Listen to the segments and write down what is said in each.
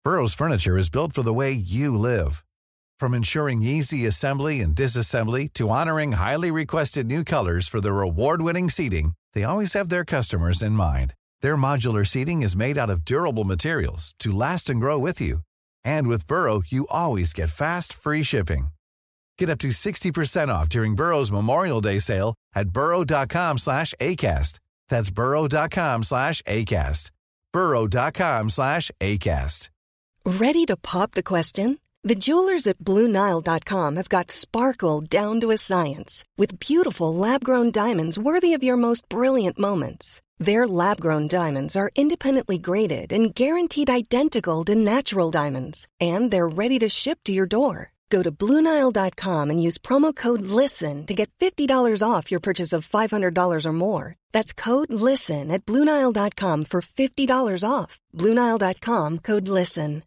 Burrow's furniture is built for the way you live. From ensuring easy assembly and disassembly to honoring highly requested new colors for their award-winning seating, they always have their customers in mind. Their modular seating is made out of durable materials to last and grow with you. And with Burrow, you always get fast, free shipping. Get up to 60% off during Burrow's Memorial Day sale at burrow.com/ACAST. That's burrow.com/ACAST. burrow.com/ACAST. Ready to pop the question? The jewelers at BlueNile.com have got sparkle down to a science with beautiful lab-grown diamonds worthy of your most brilliant moments. Their lab-grown diamonds are independently graded and guaranteed identical to natural diamonds, and they're ready to ship to your door. Go to BlueNile.com and use promo code LISTEN to get $50 off your purchase of $500 or more. That's code LISTEN at BlueNile.com for $50 off. BlueNile.com, code LISTEN.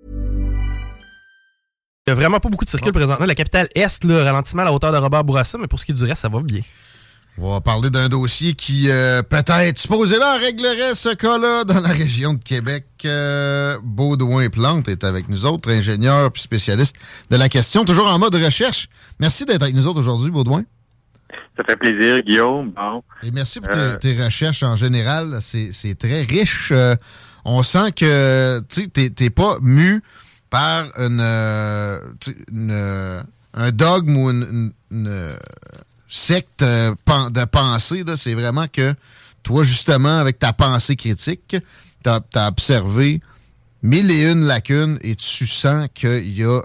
Il n'y a vraiment pas beaucoup de circuits présentement. La capitale Est, là, ralentissement à la hauteur de Robert Bourassa, mais pour ce qui est du reste, ça va bien. On va parler d'un dossier qui, peut-être, supposément, réglerait ce cas-là dans la région de Québec. Baudouin Plante est avec nous autres, ingénieur puis spécialiste de la question, toujours en mode recherche. Merci d'être avec nous autres aujourd'hui, Baudouin. Ça fait plaisir, Guillaume. Bon. Et merci pour tes recherches en général. C'est très riche. On sent que t'es pas mu par un dogme ou une secte de pensée. Là. C'est vraiment que toi, justement, avec ta pensée critique, t'as observé 1001 lacunes et tu sens qu'il y a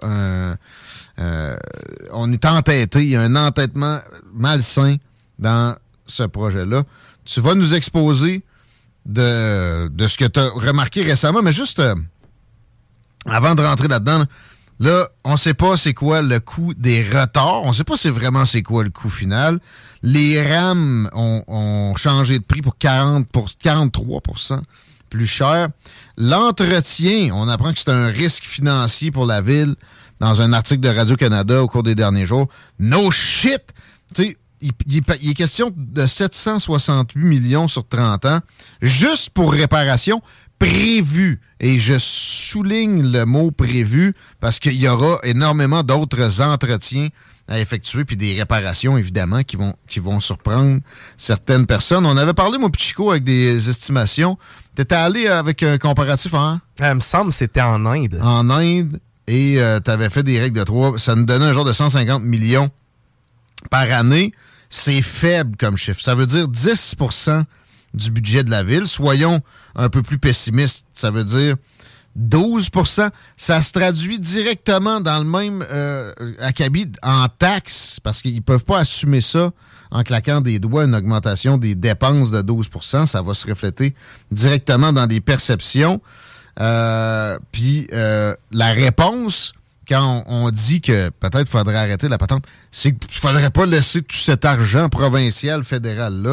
on est entêté, il y a un entêtement malsain dans ce projet-là. Tu vas nous exposer de ce que tu as remarqué récemment, mais juste avant de rentrer là-dedans, là, on ne sait pas c'est quoi le coût des retards. On ne sait pas c'est quoi le coût final. Les rames ont changé de prix pour 43% plus cher. L'entretien, on apprend que c'est un risque financier pour la ville dans un article de Radio-Canada au cours des derniers jours. No shit! Tu sais, il est question de 768 millions sur 30 ans, juste pour réparation prévue. Et je souligne le mot prévu parce qu'il y aura énormément d'autres entretiens à effectuer, puis des réparations, évidemment, qui vont surprendre certaines personnes. On avait parlé, moi, Pichico, avec des estimations. T'étais allé avec un comparatif en... Il me semble que c'était en Inde. En Inde, et t'avais fait des règles de 3. Ça nous donnait un genre de 150 millions par année. C'est faible comme chiffre. Ça veut dire 10% du budget de la ville. Soyons un peu plus pessimistes. Ça veut dire 12%. Ça se traduit directement dans le même acabit en taxes, parce qu'ils ne peuvent pas assumer ça en claquant des doigts, une augmentation des dépenses de 12%. Ça va se refléter directement dans des perceptions. Puis la réponse, quand on dit que peut-être faudrait arrêter la patente, c'est qu'il ne faudrait pas laisser tout cet argent provincial, fédéral-là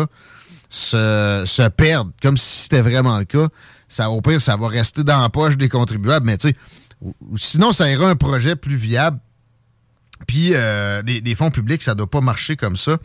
se perdre, comme si c'était vraiment le cas. Ça, au pire, ça va rester dans la poche des contribuables, mais tu sais, sinon, ça ira un projet plus viable. Puis, des fonds publics, ça doit pas marcher comme ça.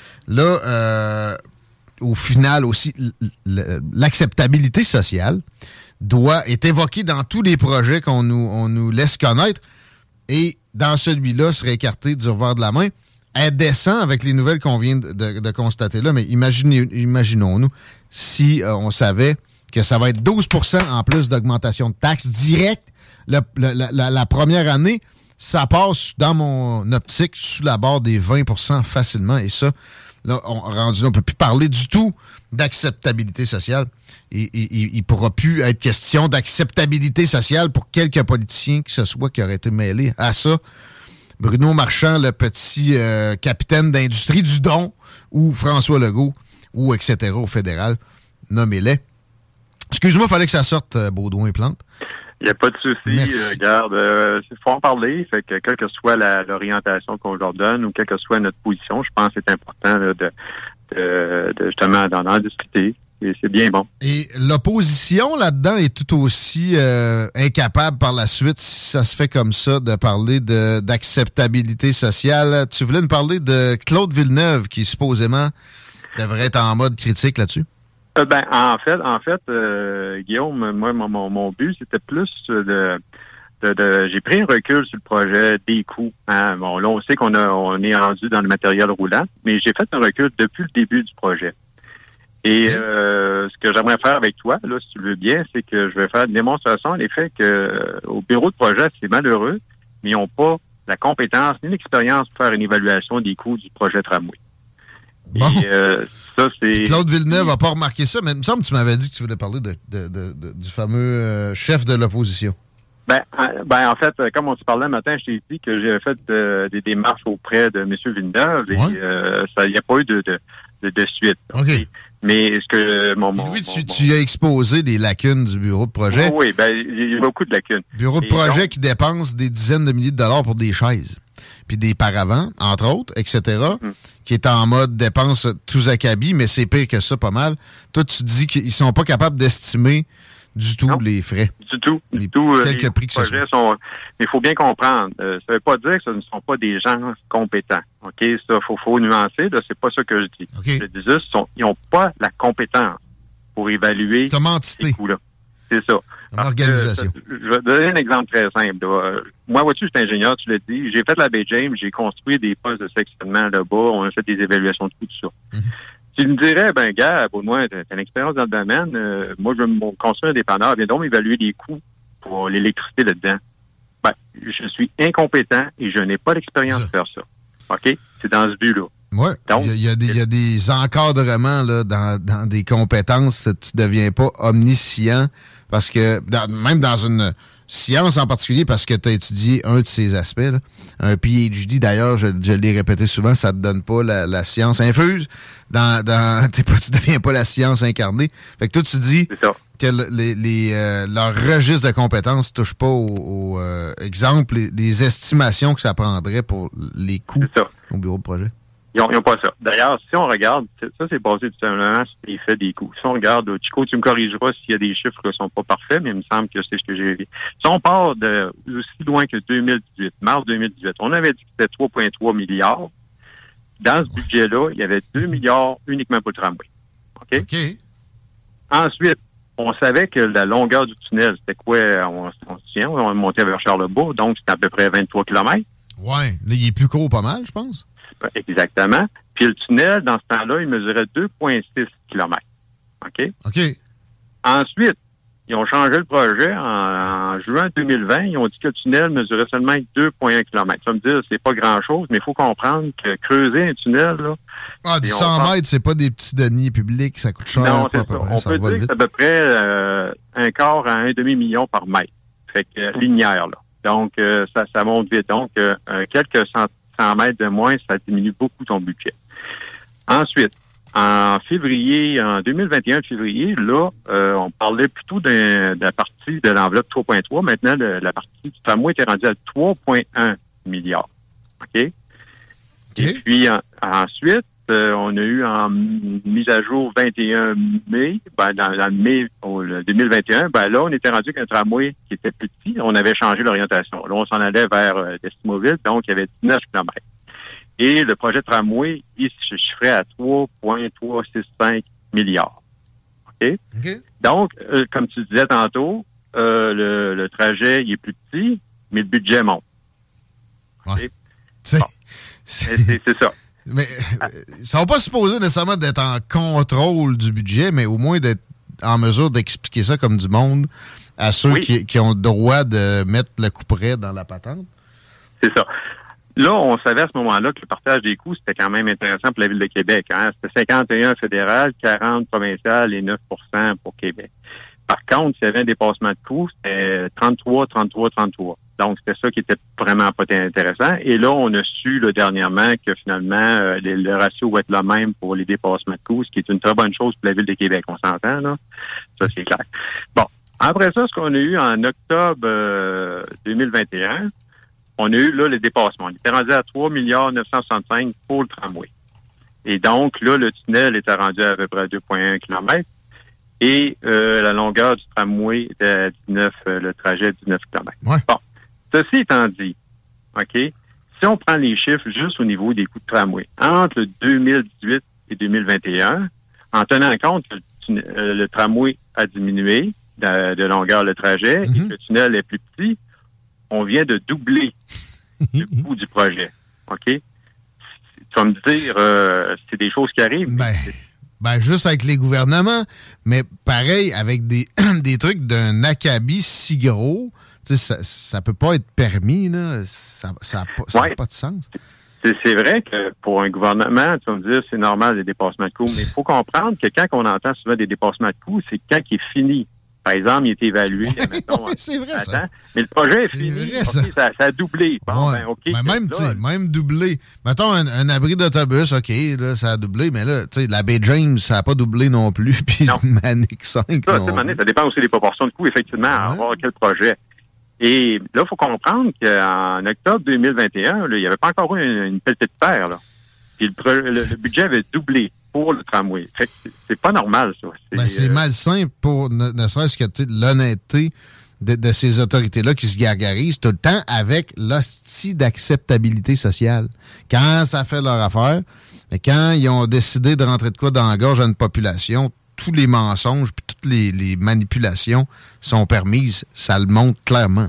Là, au final aussi, l'acceptabilité sociale est évoquée dans tous les projets qu'on nous laisse connaître. Et dans celui-là, serait écarté du revers de la main. Elle descend avec les nouvelles qu'on vient de constater là, mais imaginons-nous si on savait que ça va être 12% en plus d'augmentation de taxes directes la première année. Ça passe, dans mon optique, sous la barre des 20% facilement. Et ça, là, on ne peut plus parler du tout d'acceptabilité sociale. Il ne pourra plus être question d'acceptabilité sociale pour quelques politiciens que ce soit qui auraient été mêlés à ça. Bruno Marchand, le petit capitaine d'industrie du don, ou François Legault, ou etc. au fédéral, nommez-les. Excuse-moi, il fallait que ça sorte, Baudouin et Plante. Il n'y a pas de souci. Regarde, il faut en parler. Fait que quelle que soit l'orientation qu'on leur donne ou quelle que soit notre position, je pense que c'est important là, de justement d'en discuter. Et c'est bien bon. Et l'opposition là-dedans est tout aussi incapable par la suite, si ça se fait comme ça, de parler d'acceptabilité sociale. Tu voulais nous parler de Claude Villeneuve, qui supposément devrait être en mode critique là-dessus? En fait, Guillaume, moi, mon but, c'était plus j'ai pris un recul sur le projet, des coûts. Hein. Bon, là, on sait qu'on est rendu dans le matériel roulant, mais j'ai fait un recul depuis le début du projet. Et ce que j'aimerais faire avec toi, là, si tu le veux bien, c'est que je vais faire une démonstration à l'effet que au bureau de projet, c'est malheureux, mais ils n'ont pas la compétence ni l'expérience pour faire une évaluation des coûts du projet tramway. Bon. Et ça, c'est... Claude Villeneuve n'a pas remarqué ça, mais il me semble que tu m'avais dit que tu voulais parler du fameux chef de l'opposition. Ben, en fait, comme on se parlait le matin, je t'ai dit que j'avais fait des démarches auprès de M. Villeneuve et il n'y a pas eu de suite. OK. Mais est-ce que tu as exposé des lacunes du bureau de projet. Oui, il y a beaucoup de lacunes. Bureau de projet qui dépense des dizaines de milliers de dollars pour des chaises, puis des paravents, entre autres, etc., qui est en mode dépense tous acabit, mais c'est pire que ça, pas mal. Toi, tu dis qu'ils sont pas capables d'estimer du tout les frais. Du tout. Quelques prix que ce soit. Mais il faut bien comprendre. Ça ne veut pas dire que ce ne sont pas des gens compétents. OK? Ça, faut nuancer. Là, c'est pas ça que je dis. Okay. Je dis juste ils n'ont pas la compétence pour évaluer ces coûts-là. C'est ça. L'organisation. Je vais te donner un exemple très simple. Là. Moi, vois-tu, je suis ingénieur, tu l'as dit. J'ai fait la baie James, j'ai construit des postes de sectionnement là-bas. On a fait des évaluations de coûts, tout ça. Tu me dirais, gars, pour moi, t'as une expérience dans le domaine. Moi, je veux me construire un dépanneur. Viens donc m'évaluer les coûts pour l'électricité là-dedans. Je suis incompétent et je n'ai pas l'expérience de faire ça. OK? C'est dans ce but-là. Oui. Il y a des encadrements là, dans des compétences. Tu ne deviens pas omniscient parce que, même dans une science en particulier, parce que tu as étudié un de ces aspects, là. Un PhD, d'ailleurs, je l'ai répété souvent, ça te donne pas la science infuse. Tu deviens pas la science incarnée. Fait que toi, tu dis que leur registre de compétences ne touche pas au exemple, les estimations que ça prendrait pour les coûts au bureau de projet. Ils n'ont pas ça. D'ailleurs, si on regarde, ça c'est basé tout simplement sur l'effet des coûts. Si on regarde, Chico, tu me corrigeras s'il y a des chiffres qui ne sont pas parfaits, mais il me semble que c'est ce que j'ai vu. Si on part de aussi loin que 2018, mars 2018, on avait dit que c'était 3,3 milliards. Dans ce budget-là, il y avait 2 milliards uniquement pour le tramway. OK? Ensuite, on savait que la longueur du tunnel, c'était quoi? On se souvient, on montait vers Charlebourg, donc c'était à peu près 23 km. Ouais. Là, il est plus gros pas mal, je pense. Exactement. Puis le tunnel, dans ce temps-là, il mesurait 2,6 km. OK? OK. Ensuite, ils ont changé le projet en juin 2020. Ils ont dit que le tunnel mesurait seulement 2,1 km. Ça me dit, c'est pas grand-chose, mais il faut comprendre que creuser un tunnel, là... du 100 mètres, c'est pas des petits deniers publics, ça coûte cher. Non, c'est ça. On peut dire que c'est à peu près un quart à un demi-million par mètre. Fait que linéaire, là. Donc, ça monte vite. Donc, quelques 100 mètres de moins, ça diminue beaucoup ton budget. Ensuite, en 2021, là, on parlait plutôt de la partie de l'enveloppe 3,3. Maintenant, la partie du tramway était rendue à 3,1 milliards. OK? Et puis, ensuite, on a eu en mise à jour 21 mai, dans mai 2021, là, on était rendu qu'un tramway qui était petit, on avait changé l'orientation. Là, on s'en allait vers Destimoville, donc il y avait 19 km. Et le projet de tramway, il se chiffrait à 3,365 milliards. OK? Donc, comme tu disais tantôt, le trajet, il est plus petit, mais le budget monte. Ouais. C'est ça. Mais ça va pas supposer nécessairement d'être en contrôle du budget, mais au moins d'être en mesure d'expliquer ça comme du monde à ceux qui ont le droit de mettre le couperet dans la patente. C'est ça. Là, on savait à ce moment-là que le partage des coûts, c'était quand même intéressant pour la Ville de Québec. Hein? C'était 51 fédéral, 40 provincial et 9 pour Québec. Par contre, s'il y avait un dépassement de coûts, c'était 33. Donc, c'était ça qui était vraiment pas intéressant. Et là, on a su dernièrement que finalement, le ratio va être le même pour les dépassements de coûts, ce qui est une très bonne chose pour la Ville de Québec. On s'entend, là? Ça, c'est clair. Bon. Après ça, ce qu'on a eu en octobre 2021, on a eu là le dépassement. On était rendu à 3 965 pour le tramway. Et donc, là, le tunnel était rendu à peu près 2,1 km. Et la longueur du tramway était à 19, le trajet à 19 km. Ouais. Bon. Ceci étant dit, OK, si on prend les chiffres juste au niveau des coûts de tramway, entre 2018 et 2021, en tenant compte que le tramway a diminué de longueur le trajet et que le tunnel est plus petit, on vient de doubler le coût du projet. OK? Tu vas me dire, c'est des choses qui arrivent. Ben, juste avec les gouvernements, mais pareil, avec des trucs d'un acabit si gros, ça peut pas être permis, là. Ça n'a pas de sens. C'est vrai que pour un gouvernement, tu vas me dire, c'est normal des dépassements de coûts, mais il faut comprendre que quand on entend souvent des dépassements de coûts, c'est quand il est fini. Par exemple, il est évalué. Mettons, c'est vrai, ça. Mais le projet est fini. Vrai, ça a doublé. Bon, même doublé. Mettons un abri d'autobus, OK, là, ça a doublé, mais là, tu sais, la Baie James, ça n'a pas doublé non plus, puis le Manic 5 ça dépend aussi des proportions de coûts, effectivement, à voir quel projet. Et là, il faut comprendre qu'en octobre 2021, là, il n'y avait pas encore eu une pelletée de terre, là. Puis le budget avait doublé pour le tramway. Fait que c'est pas normal, ça. C'est malsain pour ne serait-ce que l'honnêteté de ces autorités-là qui se gargarisent tout le temps avec l'hostie d'acceptabilité sociale. Quand ça fait leur affaire, quand ils ont décidé de rentrer de quoi dans la gorge à une population, tous les mensonges puis toutes les manipulations sont permises. Ça le montre clairement.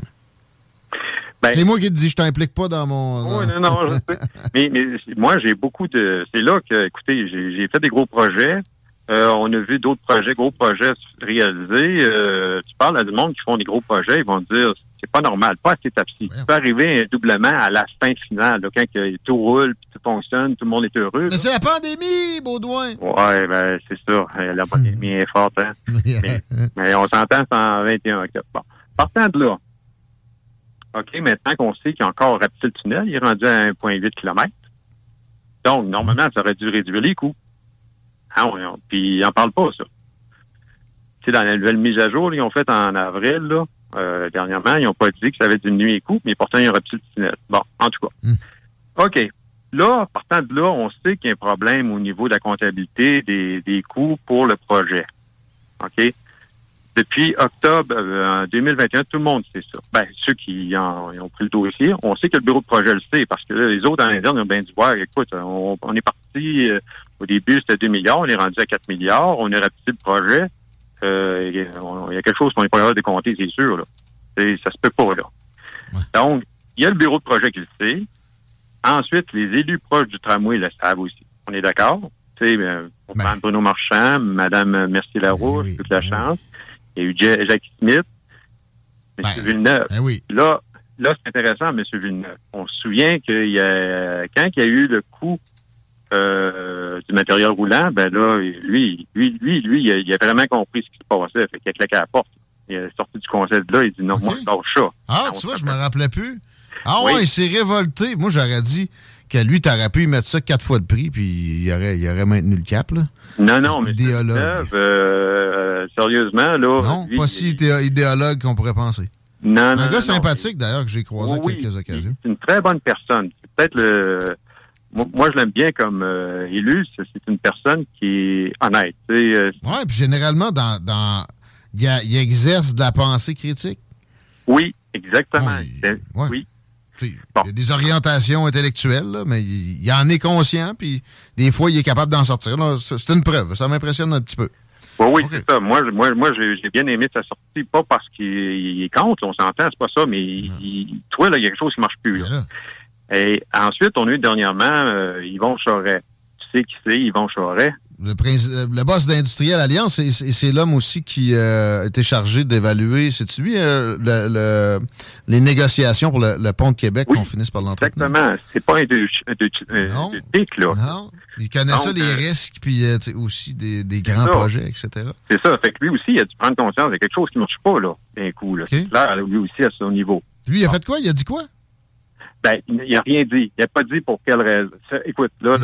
C'est moi qui te dis, je t'implique pas dans mon... Oui, non, je sais. mais moi, j'ai beaucoup de... C'est là que, écoutez, j'ai fait des gros projets. On a vu d'autres gros projets réalisés. Tu parles à du monde qui font des gros projets, ils vont te dire, c'est pas normal, pas à cette étape-ci. Tu peux arriver un doublement à la fin finale, là, quand tout roule, puis tout fonctionne, tout le monde est heureux. Mais c'est la pandémie, Baudouin! Oui, ben c'est ça. La pandémie est forte, hein? mais on s'entend, c'est en 21 octobre. Bon. Partant de là, OK, maintenant qu'on sait qu'il y a encore rapide le tunnel, il est rendu à 1,8 km. Donc, normalement, ça aurait dû réduire les coûts. Puis, ils n'en parlent pas, ça. Tu sais, dans la nouvelle mise à jour, ils ont fait en avril, là, dernièrement, ils n'ont pas dit que ça avait diminué les coûts, mais pourtant, il y a un rapide le tunnel. Bon, en tout cas. OK. Là, partant de là, on sait qu'il y a un problème au niveau de la comptabilité des coûts pour le projet. OK? Depuis octobre 2021, tout le monde sait ça. Ben, ceux qui ont pris le dossier, on sait que le bureau de projet le sait, parce que là, les autres, en interne, ont bien dit, ouais, écoute, on est parti, au début, c'était 2 milliards, on est rendu à 4 milliards, on a rapidé le projet. Il y a quelque chose qu'on n'est pas capable de compter, c'est sûr, là. Ça se peut pas, là. Ouais. Donc, il y a le bureau de projet qui le sait. Ensuite, les élus proches du tramway le savent aussi. On est d'accord? Tu sais, on prend Bruno Marchand, Mme Mercier-Larouche, toute la chance. Il y a eu Jacques Smith, M. Villeneuve. Là, c'est intéressant, M. Villeneuve. On se souvient quand il y a eu le coût du matériel roulant, ben là, lui, il a vraiment compris ce qui se passait. Fait qu'il a claqué à la porte. Il est sorti du conseil de là, il dit non, moi, je lâche ça. Ah, tu vois, je me rappelais plus. Ah ouais, il s'est révolté. Moi, j'aurais dit que lui, t'aurais pu y mettre ça 4 fois de prix, puis il aurait maintenu le cap, là. Non, mais idéologue. Sérieusement, là... Non, pas si idéologue qu'on pourrait penser. Non. Un gars sympathique, d'ailleurs, que j'ai croisé à quelques occasions. C'est une très bonne personne. C'est peut-être Moi, je l'aime bien comme élu. C'est une personne qui est honnête. Oui, puis généralement, il exerce de la pensée critique. Oui, exactement. Oui. Il y a des orientations intellectuelles, là, mais il en est conscient, puis des fois, il est capable d'en sortir. Là, c'est une preuve. Ça m'impressionne un petit peu. Oui, okay. C'est ça. Moi, j'ai bien aimé sa sortie, pas parce qu'il est contre, on s'entend, c'est pas ça, mais toi, là, il y a quelque chose qui marche plus. Là. Et ensuite, on a eu dernièrement Yvon Charest. Tu sais qui c'est, Yvon Charest? Le boss d'Industriel Alliance, c'est l'homme aussi qui a été chargé d'évaluer, c'est-tu lui, les négociations pour le pont de Québec qu'on finisse par l'entretenir? Exactement. C'est pas un de pic, là. Non. Il connaît ça, les risques, puis aussi des grands projets, etc. C'est ça. Fait que lui aussi, il a dû prendre conscience de quelque chose qui ne marche pas, là, d'un coup, là. Okay. C'est clair, lui aussi, à son niveau. Lui, il a fait quoi? Il a dit quoi? Ben, il n'a rien dit. Il n'a pas dit pour quelle raison. Écoute, là,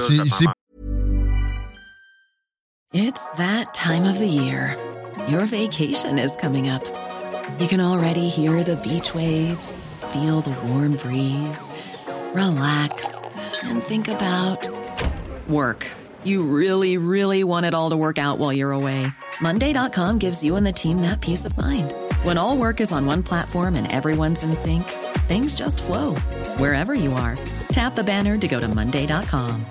It's that time of the year. Your vacation is coming up. You can already hear the beach waves, feel the warm breeze, relax, and think about work. You really, really want it all to work out while you're away. Monday.com gives you and the team that peace of mind. When all work is on one platform and everyone's in sync, things just flow. Wherever you are, tap the banner to go to Monday.com.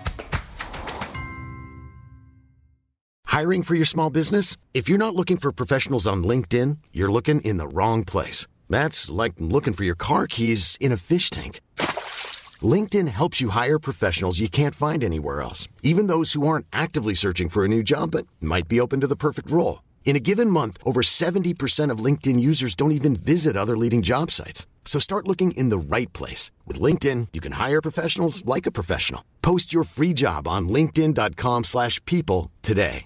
Hiring for your small business? If you're not looking for professionals on LinkedIn, you're looking in the wrong place. That's like looking for your car keys in a fish tank. LinkedIn helps you hire professionals you can't find anywhere else, even those who aren't actively searching for a new job but might be open to the perfect role. In a given month, over 70% of LinkedIn users don't even visit other leading job sites. So start looking in the right place. With LinkedIn, you can hire professionals like a professional. Post your free job on linkedin.com/people today.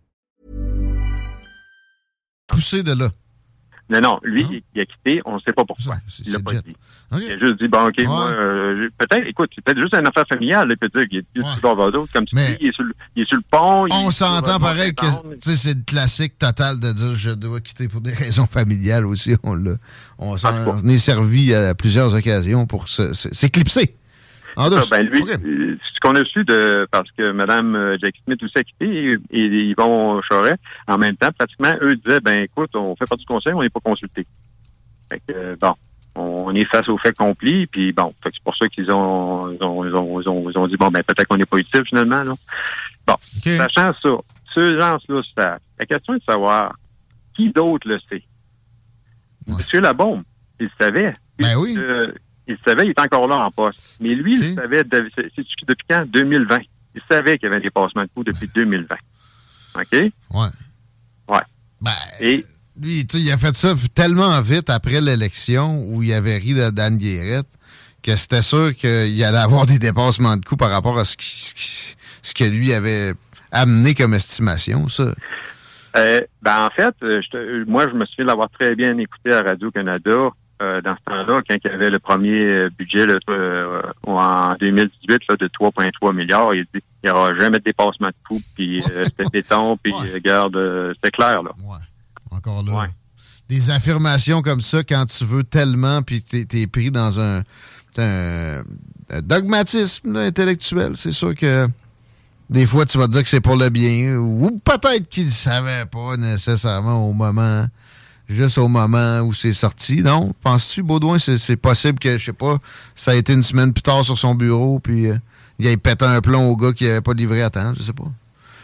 Poussé de là. Non, lui, il a quitté, on ne sait pas pourquoi. Il l'a pas dit. Okay. Il a juste dit, bon, OK, moi, peut-être, écoute, c'est peut-être juste une affaire familiale, il peut dire qu'il est sur Barbados, comme tu dis, il est sur le pont. On s'entend pareil que, c'est le classique total de dire, je dois quitter pour des raisons familiales aussi. On est servi à plusieurs occasions pour s'éclipser. Lui, ce qu'on a su parce que Mme Jackie Smith aussi a quitté et Yvon Charest, en même temps, pratiquement, eux disaient, écoute, on fait pas du conseil, on n'est pas consulté. Fait que, on est face au fait accompli, puis fait que c'est pour ça qu'ils ont dit, peut-être qu'on n'est pas utile finalement, là. Sachant ça, ces gens-là savent. La question est de savoir qui d'autre le sait. Monsieur Labaume, il savait. Oui. Il savait, il est encore là en poste. Mais lui, il savait, depuis quand? 2020. Il savait qu'il y avait un dépassement de coûts depuis 2020. OK? Ouais. Et lui, il a fait ça tellement vite après l'élection où il avait ri de Dan Guérette que c'était sûr qu'il allait avoir des dépassements de coûts par rapport à ce que lui avait amené comme estimation, ça. En fait, moi, je me souviens l'avoir très bien écouté à Radio-Canada dans ce temps-là, quand il y avait le premier budget en 2018 de 3,3 milliards, il dit qu'il n'y aura jamais de dépassement de coûts, puis c'était béton, puis regarde, c'était clair, là. Ouais. Encore là. Ouais. Des affirmations comme ça, quand tu veux tellement, puis t'es pris dans un dogmatisme là, intellectuel, c'est sûr que des fois, tu vas te dire que c'est pour le bien, ou peut-être qu'il ne savait pas nécessairement juste au moment où c'est sorti, non? Penses-tu, Baudouin, c'est possible que, je sais pas, ça a été une semaine plus tard sur son bureau, puis il ait pété un plomb au gars qui n'avait pas livré à temps, je sais pas.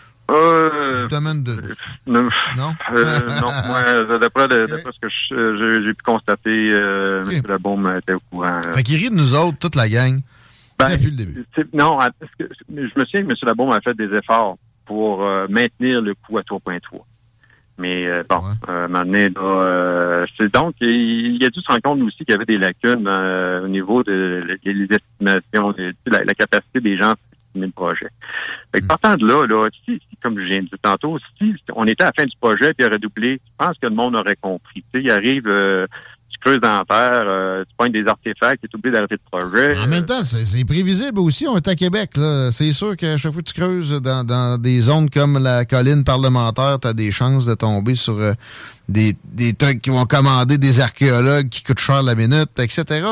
Je demande de... Non? Non, moi, d'après ce que j'ai pu constater, M. Labaume était au courant. Fait qu'il rit de nous autres, toute la gang, depuis le début. Non, je me souviens que M. Labaume a fait des efforts pour maintenir le coût à 3,3. Mais à un moment donné, c'est donc, il a dû se rendre compte aussi qu'il y avait des lacunes au niveau des estimations, la capacité des gens à estimer le projet. Fait que partant de là, si, comme je viens de dire tantôt, si on était à la fin du projet puis il aurait doublé, je pense que le monde aurait compris. Tu sais, il arrive, tu creuses dans la terre, tu pognes des artefacts, tu es oublié d'arrêter le projet. En même temps, c'est prévisible aussi. On est à Québec, là. C'est sûr qu'à chaque fois que tu creuses dans des zones comme la colline parlementaire, tu as des chances de tomber sur des trucs qui vont commander des archéologues qui coûtent cher la minute, etc.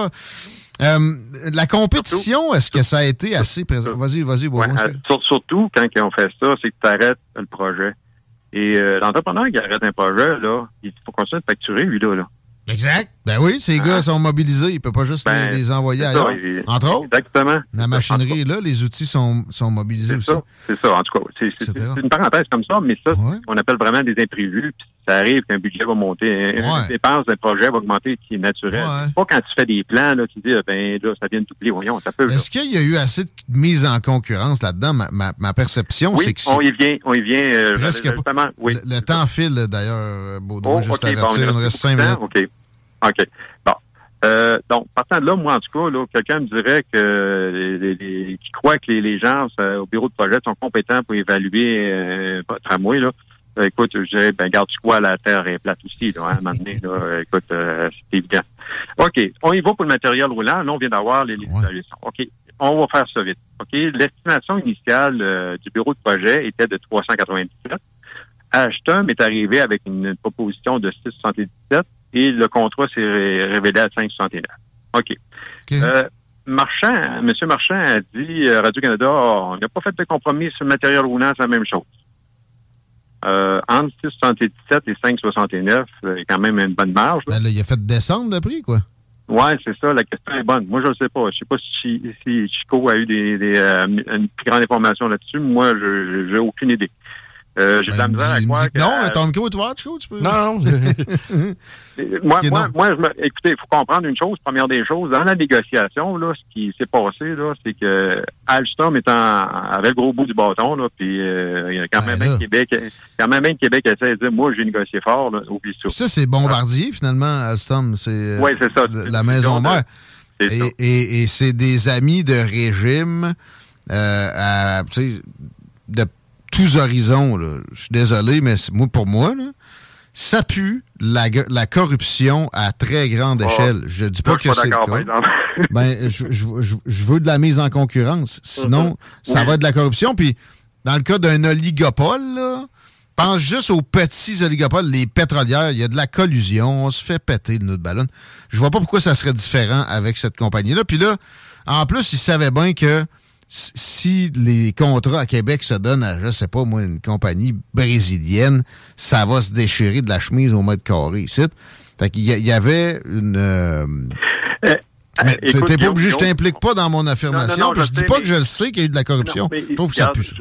La compétition, est-ce que ça a été assez présent? Vas-y, surtout quand ils ont fait ça, c'est que tu arrêtes le projet. Et l'entrepreneur qui arrête un projet, là, il faut continuer de facturer, lui, là. Exact. Ben oui, ces gars sont mobilisés. Il ne peut pas juste les envoyer ailleurs. Entre autres. Exactement. La machinerie est là, les outils sont mobilisés aussi. C'est ça. En tout cas, c'est une parenthèse comme ça, mais ça, on appelle vraiment des imprévus. Puis ça arrive qu'un budget va monter, une dépense d'un projet va augmenter qui est naturel. C'est pas quand tu fais des plans, là, tu dis, là, ça vient de doubler. Voyons, ça peut. Est-ce qu'il y a eu assez de mise en concurrence là-dedans? Ma perception, c'est que on y vient. Presque justement, oui. Le temps file, d'ailleurs, Baudouin, juste à avertir. Il nous reste 5 minutes. OK. Bon. Donc, partant de là, moi, en tout cas, là, quelqu'un me dirait que qui croit que les gens au bureau de projet sont compétents pour évaluer votre tramway, là. Écoute, je dirais, garde-tu quoi, la terre est plate aussi, là, à un moment donné, là. Écoute, c'est évident. OK. On y va pour le matériel roulant. Là, on vient d'avoir les évaluations. OK. On va faire ça vite. OK. L'estimation initiale du bureau de projet était de 397. Ashton est arrivé avec une proposition de 677. Et le contrat s'est révélé à 5,69. OK. M. Marchand a dit Radio-Canada, on n'a pas fait de compromis sur le matériel roulant, c'est la même chose. Entre 6,77 et 5,69, il y a quand même une bonne marge. Là, il a fait descendre le prix, quoi. Oui, c'est ça, la question est bonne. Moi, je ne sais pas. Je ne sais pas si Chico a eu une plus grande information là-dessus. Moi, je n'ai aucune idée. J'ai de la misère à croire que... Non, ton micro est ouvert, tu peux... Non. Moi, écoutez, il faut comprendre une chose. Première des choses, dans la négociation, là, ce qui s'est passé, là, c'est que Alstom avait le gros bout du bâton, là, puis il y a quand même un Québec essaie de dire, moi, j'ai négocié fort, là, oublie ça. Ça, c'est Bombardier, finalement, Alstom. C'est ça. La maison mère. Et c'est des amis de régime de tous horizons. Là. Je suis désolé, mais pour moi, là, ça pue la corruption à très grande échelle. Je dis pas que c'est le cas. Je veux de la mise en concurrence. Sinon, ça va être de la corruption. Puis, dans le cas d'un oligopole, là, pense juste aux petits oligopoles, les pétrolières. Il y a de la collusion. On se fait péter le nœud de ballon. Je vois pas pourquoi ça serait différent avec cette compagnie-là. Puis là, en plus, ils savaient bien que si les contrats à Québec se donnent à, je sais pas moi, une compagnie brésilienne, ça va se déchirer de la chemise au mètre carré ici. Fait qu'il y avait une... mais t'es pas obligé, je t'implique pas dans mon affirmation. Non, je dis pas que je le sais qu'il y a eu de la corruption. Je trouve que ça pue ça.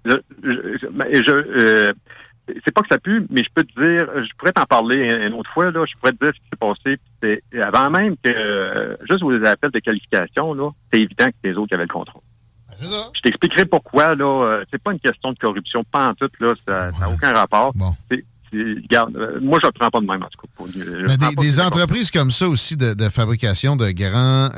C'est pas que ça pue, mais je peux te dire, je pourrais t'en parler une autre fois, là, je pourrais te dire ce qui s'est passé. C'est avant même que, juste aux appels de qualification, là, c'est évident que c'est les autres qui avaient le contrôle. C'est ça. Je t'expliquerai pourquoi, là, c'est pas une question de corruption, pas en tout, là, ça n'a aucun rapport. Bon. Regarde, moi, je ne le prends pas de même, en tout cas. Mais des entreprises comme ça aussi de fabrication de grands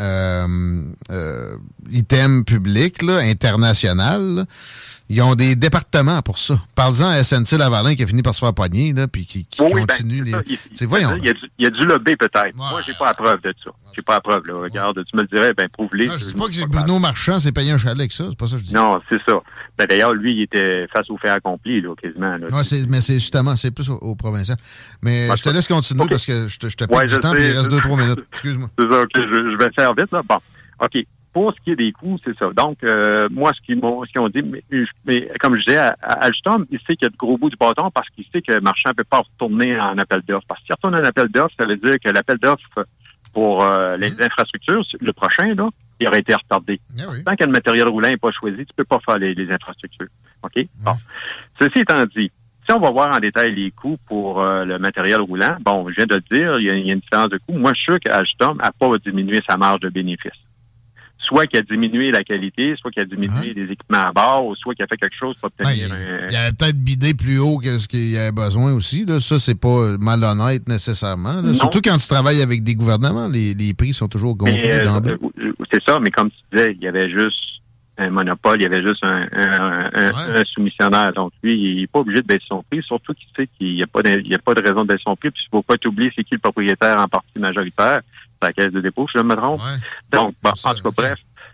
items publics, là, internationaux, là, ils ont des départements pour ça. Parle-en à SNC-Lavalin qui a fini par se faire pogner, là, puis qui continue. Voyons. Il y a du lobby, peut-être. Ouais. Moi, j'ai pas la preuve de ça. J'ai pas la preuve, là. Regarde, tu me le dirais, prouve-les. Je dis pas que Bruno Marchand s'est payé un chalet avec ça. C'est pas ça que je dis. Non, c'est ça. D'ailleurs, lui, il était face au fait accompli, là, quasiment. Là. Ouais, mais c'est justement, c'est plus au provincial. Mais je te laisse continuer parce que je te perds du temps, puis il reste 2-3 minutes. Excuse-moi. C'est ça, OK. Je vais faire vite, là. Bon. OK. Pour ce qui est des coûts, c'est ça. Donc, moi, ce qu'ils ont dit, mais comme je disais, Alstom, il sait qu'il y a de gros bouts du bâton parce qu'il sait que le marchand ne peut pas retourner en appel d'offres. Parce que s'il retourne en appel d'offres, ça veut dire que l'appel d'offres pour les infrastructures, le prochain, là, il aurait été retardé. Oui. Tant que le matériel roulant n'est pas choisi, tu ne peux pas faire les infrastructures. OK? Bon. Ceci étant dit, si on va voir en détail les coûts pour le matériel roulant, bon, je viens de le dire, il y a une différence de coût. Moi, je suis sûr qu'Alstom n'a pas diminué sa marge de bénéfice. Soit qu'il a diminué la qualité, soit qu'il a diminué les équipements à bord, ou soit qu'il a fait quelque chose pour obtenir il a peut-être bidé plus haut que ce qu'il y avait besoin aussi. Là. Ça, c'est pas malhonnête nécessairement. Surtout quand tu travailles avec des gouvernements, les prix sont toujours gonflés d'emblée. C'est ça, mais comme tu disais, il y avait juste un monopole, il y avait juste un soumissionnaire. Donc, lui, il n'est pas obligé de baisser son prix, surtout qu'il sait qu'il n'y a pas de raison de baisser son prix. Puis, il ne faut pas t'oublier, c'est qui le propriétaire en partie majoritaire. C'est la caisse de dépôt, si je me trompe. Ouais. Donc, bon, en tout cas, bref.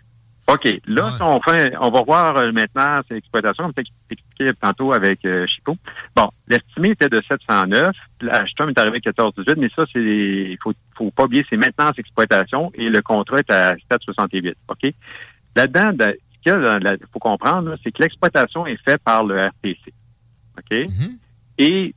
OK. Là, on va voir maintenant ces exploitations, comme tu expliqué tantôt avec Chico. Bon, l'estimé était de 709. L'Alstom est arrivé à 1418, mais ça, il faut pas oublier, c'est maintenance exploitation et le contrat est à 768. OK? Là-dedans, ce qu'il faut comprendre, c'est que l'exploitation est faite par le RTC. OK? Mm-hmm. Et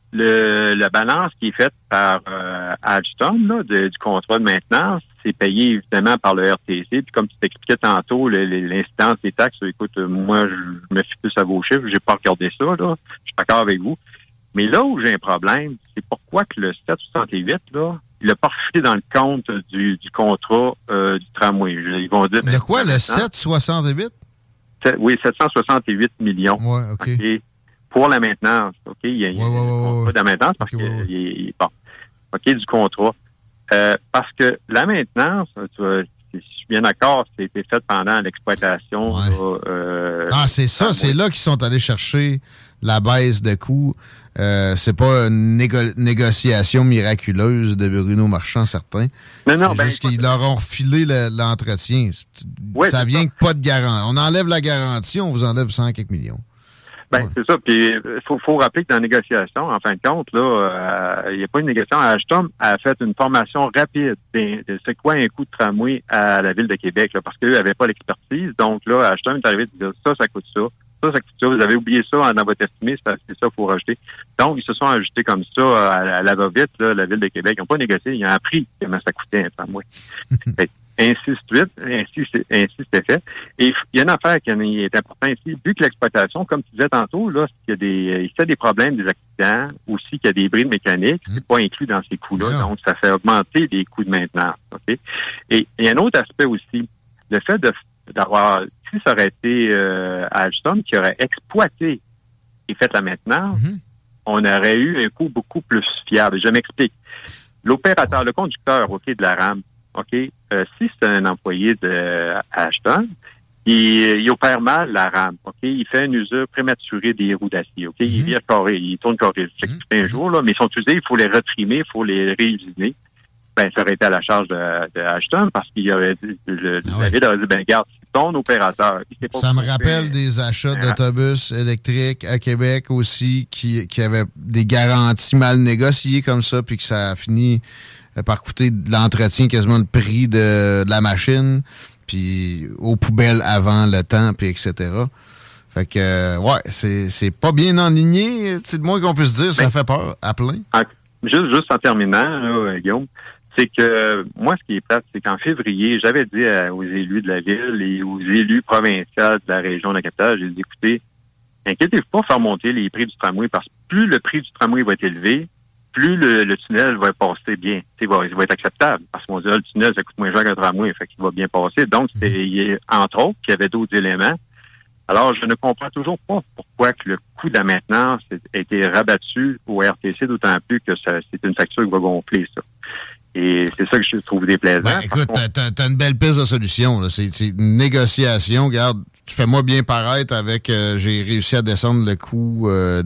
la balance qui est faite par Alstom, là, du contrat de maintenance, c'est payé évidemment par le RTC. Puis comme tu t'expliquais tantôt, l'incidence des taxes, écoute, moi, je me fie plus à vos chiffres, j'ai pas regardé ça, là. Je suis d'accord avec vous. Mais là où j'ai un problème, c'est pourquoi que le 768, là, il n'a pas refilé dans le compte du contrat du tramway. Ils vont dire... Le quoi, le 768? Oui, 768 millions. Ouais, OK. Okay. Pour la maintenance, OK? Il y a un contrat de la maintenance parce que bon. OK, du contrat. Parce que la maintenance, je suis bien d'accord, ça a été fait pendant l'exploitation. Ouais. C'est ça, c'est là qu'ils sont allés chercher la baisse de coûts. C'est pas une négociation miraculeuse de Bruno Marchand, certain. Non, c'est juste qu'ils leur ont refilé l'entretien. Ça vient que pas de garantie. On enlève la garantie, on vous enlève 100 quelques millions. C'est ça. Puis il faut rappeler que dans la négociation, en fin de compte, là, il n'y a pas une négociation. Alstom a fait une formation rapide de c'est quoi un coût de tramway à la Ville de Québec, là, parce qu'eux n'avaient pas l'expertise. Donc là, Alstom est arrivé de dire ça coûte ça. Ça coûte ça. Vous avez oublié ça dans votre estimé, c'est ça qu'il faut rajouter. Donc, ils se sont ajoutés comme ça à la va-vite, là, la Ville de Québec. Ils n'ont pas négocié, ils ont appris comment ça coûtait un tramway. ainsi de suite, ainsi c'est fait. Et il y a une affaire qui est importante ici, vu que l'exploitation, comme tu disais tantôt, là, il y a des problèmes, des accidents, aussi qu'il y a des brides mécaniques, c'est pas inclus dans ces coûts-là, donc ça fait augmenter les coûts de maintenance. Okay? Et il y a un autre aspect aussi, le fait d'avoir, si ça aurait été Alstom qui aurait exploité et fait la maintenance, on aurait eu un coût beaucoup plus fiable. Je m'explique. L'opérateur, le conducteur, OK, de la rame, OK, si c'est un employé de Ashton, il opère mal la rame, OK, il fait une usure prématurée des roues d'acier, OK, il vire carré, il tourne carré. C'est un jour, là, mais ils sont usés, il faut les retrimer, il faut les réusiner. Ben, ça aurait été à la charge de Ashton parce qu'il aurait dit, David aurait dit, ben, regarde, c'est ton opérateur. Ça me rappelle des achats d'autobus électriques à Québec aussi qui avaient des garanties mal négociées comme ça, puis que ça a fini par coûter de l'entretien, quasiment le prix de la machine, puis aux poubelles avant le temps, puis etc. Fait que, ouais, c'est pas bien enligné, c'est de moins qu'on puisse dire, ça fait peur à plein. Juste en terminant, là, Guillaume, c'est que moi, ce qui est plate, c'est qu'en février, j'avais dit aux élus de la ville et aux élus provinciaux de la région de la capitale, j'ai dit, écoutez, inquiétez-vous pas faire monter les prix du tramway parce que plus le prix du tramway va être élevé, plus le tunnel va passer bien. Il va être acceptable. Parce qu'on dit, le tunnel, ça coûte moins cher qu'un tramway, fait qu'il va bien passer. Donc, entre autres, il y avait d'autres éléments. Alors, je ne comprends toujours pas pourquoi que le coût de la maintenance a été rabattu au RTC, d'autant plus que c'est une facture qui va gonfler, ça. Et c'est ça que je trouve déplaisant. Ben, écoute, t'as une belle piste de solution. Là. C'est une négociation. Regarde, fais-moi bien paraître avec... j'ai réussi à descendre le coût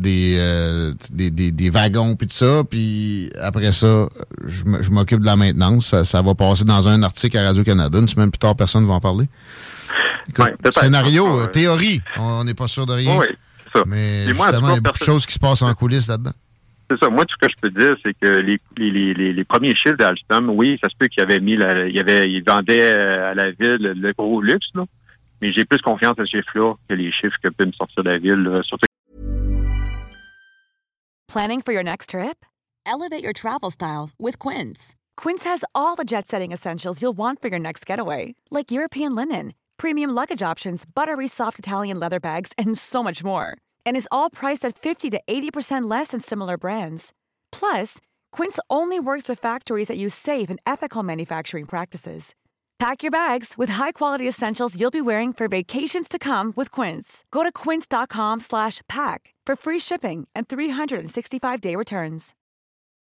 des wagons puis tout ça. Puis après ça, je m'occupe de la maintenance. Ça va passer dans un article à Radio-Canada. Une semaine plus tard, personne ne va en parler. Écoute, scénario, théorie. On n'est pas sûr de rien. Oui, c'est ça. Mais justement, il y a beaucoup de choses qui se passent en coulisses là-dedans. C'est ça. Moi, tout ce que je peux dire, c'est que les premiers chiffres d'Alstom, oui, ça se peut qu'il avait mis il vendait à la ville le gros luxe, là. Mais j'ai plus confiance à ce chiffre-là que les chiffres que peut me sortir de la ville, là. Surtout... Planning for your next trip? Elevate your travel style with Quince. Quince has all the jet-setting essentials you'll want for your next getaway, like European linen, premium luggage options, buttery soft Italian leather bags, and so much more. And is all priced at 50 to 80% less than similar brands. Plus, Quince only works with factories that use safe and ethical manufacturing practices. Pack your bags with high-quality essentials you'll be wearing for vacations to come with Quince. Go to quince.com/pack for free shipping and 365-day returns.